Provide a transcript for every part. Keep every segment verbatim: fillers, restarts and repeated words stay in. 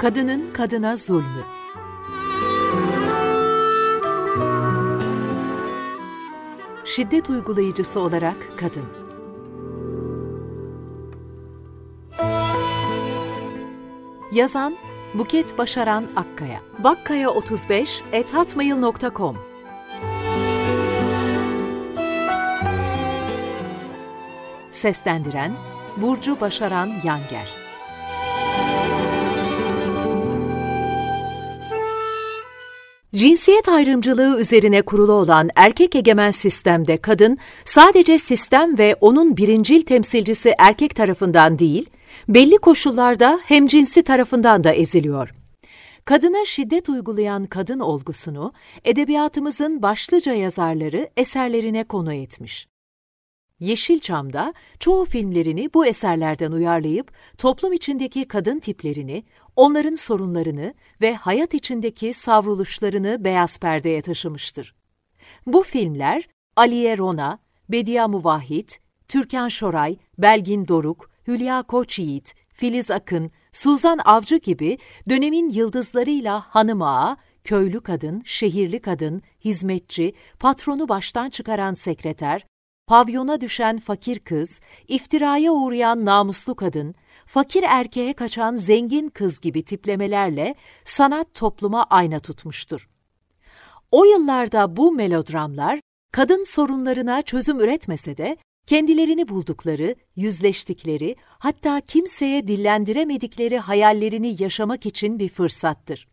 Kadının kadına zulmü. Şiddet uygulayıcısı olarak kadın. Yazan Buket Başaran Akkaya. bakkaya otuz beş at hotmail nokta com. Seslendiren Burcu Başaran Yanger. Cinsiyet ayrımcılığı üzerine kurulu olan erkek egemen sistemde kadın, sadece sistem ve onun birincil temsilcisi erkek tarafından değil, belli koşullarda hemcinsi tarafından da eziliyor. Kadına şiddet uygulayan kadın olgusunu, edebiyatımızın başlıca yazarları eserlerine konu etmiş. Yeşilçam'da çoğu filmlerini bu eserlerden uyarlayıp toplum içindeki kadın tiplerini, onların sorunlarını ve hayat içindeki savruluşlarını beyaz perdeye taşımıştır. Bu filmler Aliye Rona, Bediye Muvahhid, Türkan Şoray, Belgin Doruk, Hülya Koçyiğit, Filiz Akın, Suzan Avcı gibi dönemin yıldızlarıyla hanım ağa, köylü kadın, şehirli kadın, hizmetçi, patronu baştan çıkaran sekreter, pavyona düşen fakir kız, iftiraya uğrayan namuslu kadın, fakir erkeğe kaçan zengin kız gibi tiplemelerle sanat topluma ayna tutmuştur. O yıllarda bu melodramlar, kadın sorunlarına çözüm üretmese de, kendilerini buldukları, yüzleştikleri, hatta kimseye dillendiremedikleri hayallerini yaşamak için bir fırsattır.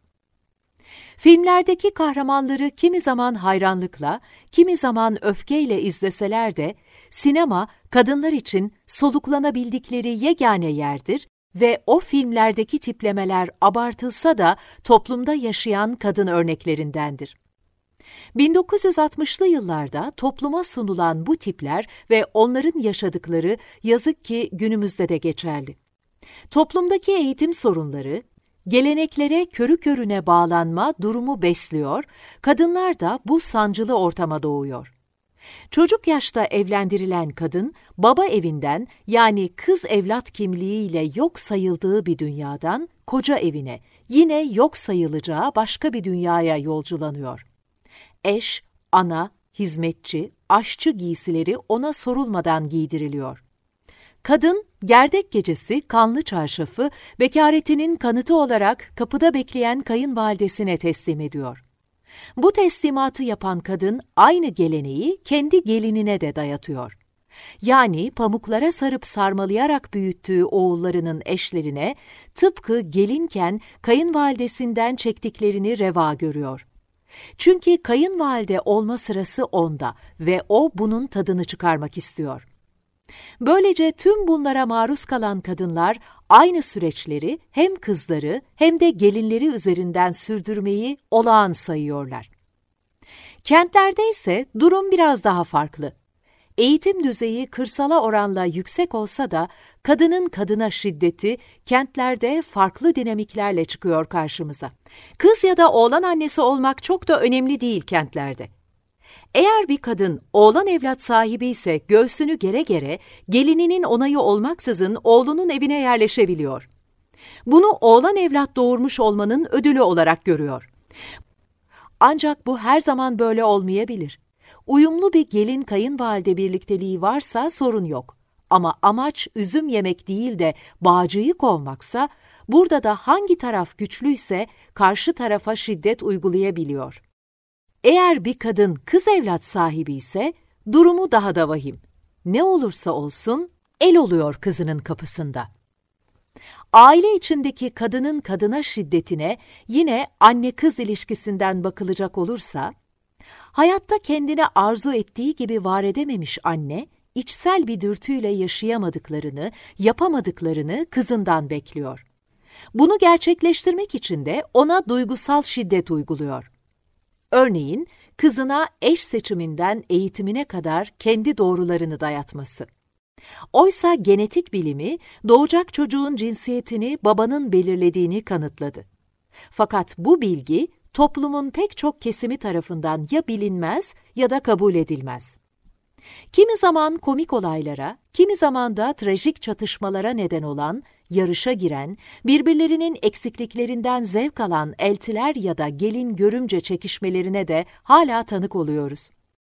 Filmlerdeki kahramanları kimi zaman hayranlıkla, kimi zaman öfkeyle izleseler de, sinema kadınlar için soluklanabildikleri yegane yerdir ve o filmlerdeki tiplemeler abartılsa da toplumda yaşayan kadın örneklerindendir. bin dokuz yüz altmışlı yıllarda topluma sunulan bu tipler ve onların yaşadıkları yazık ki günümüzde de geçerli. Toplumdaki eğitim sorunları, geleneklere körü körüne bağlanma durumu besliyor, kadınlar da bu sancılı ortama doğuyor. Çocuk yaşta evlendirilen kadın, baba evinden yani kız evlat kimliğiyle yok sayıldığı bir dünyadan koca evine, yine yok sayılacağı başka bir dünyaya yolculanıyor. Eş, ana, hizmetçi, aşçı giysileri ona sorulmadan giydiriliyor. Kadın, gerdek gecesi kanlı çarşafı bekaretinin kanıtı olarak kapıda bekleyen kayınvalidesine teslim ediyor. Bu teslimatı yapan kadın aynı geleneği kendi gelinine de dayatıyor. Yani pamuklara sarıp sarmalayarak büyüttüğü oğullarının eşlerine tıpkı gelinken kayınvalidesinden çektiklerini reva görüyor. Çünkü kayınvalide olma sırası onda ve o bunun tadını çıkarmak istiyor. Böylece tüm bunlara maruz kalan kadınlar aynı süreçleri hem kızları hem de gelinleri üzerinden sürdürmeyi olağan sayıyorlar. Kentlerde ise durum biraz daha farklı. Eğitim düzeyi kırsala oranla yüksek olsa da kadının kadına şiddeti kentlerde farklı dinamiklerle çıkıyor karşımıza. Kız ya da oğlan annesi olmak çok da önemli değil kentlerde. Eğer bir kadın oğlan evlat sahibi ise göğsünü gere gere gelininin onayı olmaksızın oğlunun evine yerleşebiliyor. Bunu oğlan evlat doğurmuş olmanın ödülü olarak görüyor. Ancak bu her zaman böyle olmayabilir. Uyumlu bir gelin kayınvalide birlikteliği varsa sorun yok. Ama amaç üzüm yemek değil de bağcıyı kovmaksa, burada da hangi taraf güçlüyse karşı tarafa şiddet uygulayabiliyor. Eğer bir kadın kız evlat sahibi ise durumu daha da vahim. Ne olursa olsun el oluyor kızının kapısında. Aile içindeki kadının kadına şiddetine yine anne-kız ilişkisinden bakılacak olursa, hayatta kendine arzu ettiği gibi var edememiş anne, içsel bir dürtüyle yaşayamadıklarını, yapamadıklarını kızından bekliyor. Bunu gerçekleştirmek için de ona duygusal şiddet uyguluyor. Örneğin, kızına eş seçiminden eğitimine kadar kendi doğrularını dayatması. Oysa genetik bilimi, doğacak çocuğun cinsiyetini babanın belirlediğini kanıtladı. Fakat bu bilgi, toplumun pek çok kesimi tarafından ya bilinmez ya da kabul edilmez. Kimi zaman komik olaylara, kimi zaman da trajik çatışmalara neden olan yarışa giren, birbirlerinin eksikliklerinden zevk alan eltiler ya da gelin görümce çekişmelerine de hala tanık oluyoruz.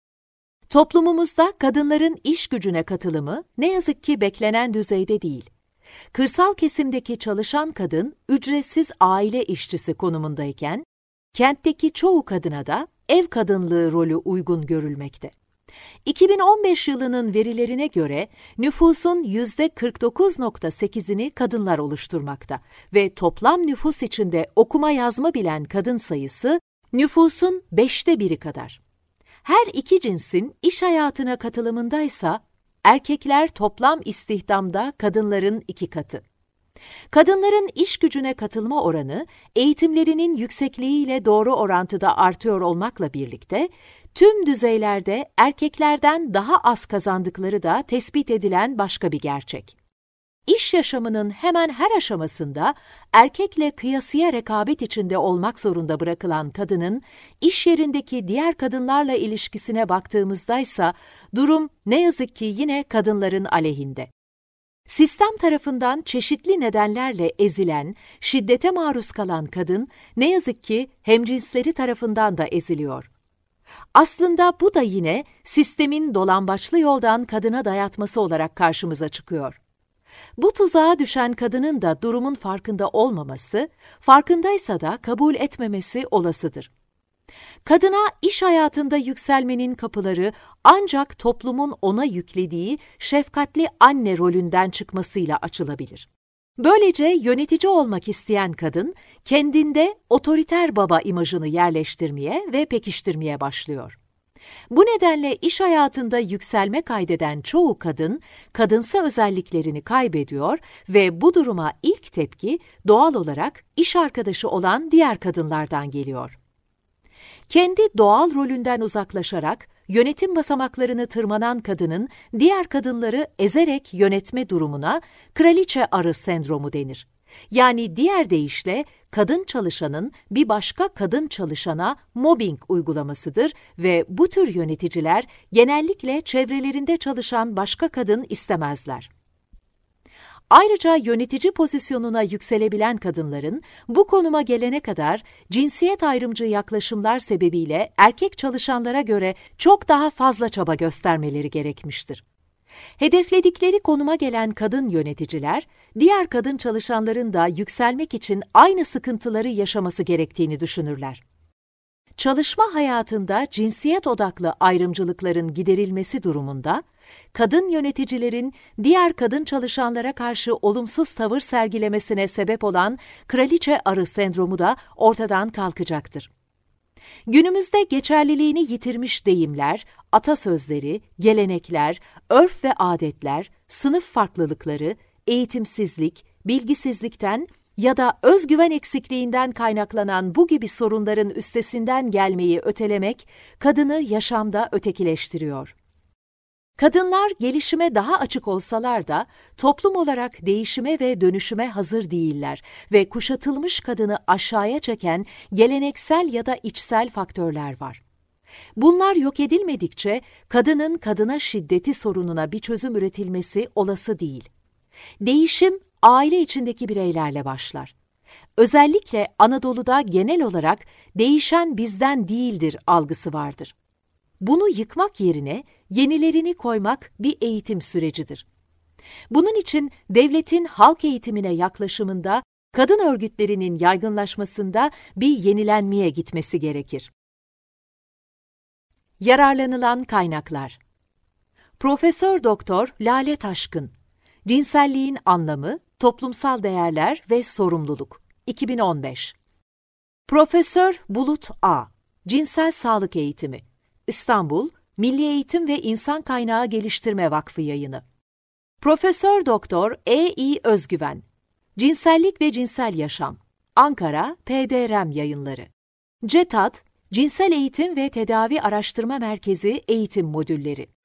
Toplumumuzda kadınların iş gücüne katılımı ne yazık ki beklenen düzeyde değil. Kırsal kesimdeki çalışan kadın ücretsiz aile işçisi konumundayken, kentteki çoğu kadına da ev kadınlığı rolü uygun görülmekte. iki bin on beş yılının verilerine göre nüfusun yüzde kırk dokuz virgül sekizini kadınlar oluşturmakta ve toplam nüfus içinde okuma yazma bilen kadın sayısı nüfusun beşte biri kadar. Her iki cinsin iş hayatına katılımındaysa erkekler toplam istihdamda kadınların iki katı. Kadınların iş gücüne katılma oranı eğitimlerinin yüksekliğiyle doğru orantıda artıyor olmakla birlikte tüm düzeylerde erkeklerden daha az kazandıkları da tespit edilen başka bir gerçek. İş yaşamının hemen her aşamasında erkekle kıyasıya rekabet içinde olmak zorunda bırakılan kadının iş yerindeki diğer kadınlarla ilişkisine baktığımızdaysa durum ne yazık ki yine kadınların aleyhinde. Sistem tarafından çeşitli nedenlerle ezilen, şiddete maruz kalan kadın ne yazık ki hemcinsleri tarafından da eziliyor. Aslında bu da yine sistemin dolambaçlı yoldan kadına dayatması olarak karşımıza çıkıyor. Bu tuzağa düşen kadının da durumun farkında olmaması, farkındaysa da kabul etmemesi olasıdır. Kadına iş hayatında yükselmenin kapıları ancak toplumun ona yüklediği şefkatli anne rolünden çıkmasıyla açılabilir. Böylece yönetici olmak isteyen kadın, kendinde otoriter baba imajını yerleştirmeye ve pekiştirmeye başlıyor. Bu nedenle iş hayatında yükselme kaydeden çoğu kadın, kadınsı özelliklerini kaybediyor ve bu duruma ilk tepki doğal olarak iş arkadaşı olan diğer kadınlardan geliyor. Kendi doğal rolünden uzaklaşarak yönetim basamaklarını tırmanan kadının diğer kadınları ezerek yönetme durumuna kraliçe arı sendromu denir. Yani diğer deyişle kadın çalışanın bir başka kadın çalışana mobbing uygulamasıdır ve bu tür yöneticiler genellikle çevrelerinde çalışan başka kadın istemezler. Ayrıca yönetici pozisyonuna yükselebilen kadınların bu konuma gelene kadar cinsiyet ayrımcı yaklaşımlar sebebiyle erkek çalışanlara göre çok daha fazla çaba göstermeleri gerekmiştir. Hedefledikleri konuma gelen kadın yöneticiler, diğer kadın çalışanların da yükselmek için aynı sıkıntıları yaşaması gerektiğini düşünürler. Çalışma hayatında cinsiyet odaklı ayrımcılıkların giderilmesi durumunda, kadın yöneticilerin diğer kadın çalışanlara karşı olumsuz tavır sergilemesine sebep olan kraliçe arı sendromu da ortadan kalkacaktır. Günümüzde geçerliliğini yitirmiş deyimler, atasözleri, gelenekler, örf ve adetler, sınıf farklılıkları, eğitimsizlik, bilgisizlikten ya da özgüven eksikliğinden kaynaklanan bu gibi sorunların üstesinden gelmeyi ötelemek, kadını yaşamda ötekileştiriyor. Kadınlar gelişime daha açık olsalar da toplum olarak değişime ve dönüşüme hazır değiller ve kuşatılmış kadını aşağıya çeken geleneksel ya da içsel faktörler var. Bunlar yok edilmedikçe kadının kadına şiddeti sorununa bir çözüm üretilmesi olası değil. Değişim aile içindeki bireylerle başlar. Özellikle Anadolu'da genel olarak değişen bizden değildir algısı vardır. Bunu yıkmak yerine yenilerini koymak bir eğitim sürecidir. Bunun için devletin halk eğitimine yaklaşımında, kadın örgütlerinin yaygınlaşmasında bir yenilenmeye gitmesi gerekir. Yararlanılan kaynaklar. Profesör Doktor Lale Taşkın, Cinselliğin Anlamı, Toplumsal Değerler ve Sorumluluk, iki bin on beş. Profesör Bulut A, Cinsel Sağlık Eğitimi, İstanbul, Milli Eğitim ve İnsan Kaynağı Geliştirme Vakfı Yayını. Profesör Doktor E İ Özgüven, Cinsellik ve Cinsel Yaşam, Ankara, P D R M Yayınları. CETAD, Cinsel Eğitim ve Tedavi Araştırma Merkezi Eğitim Modülleri.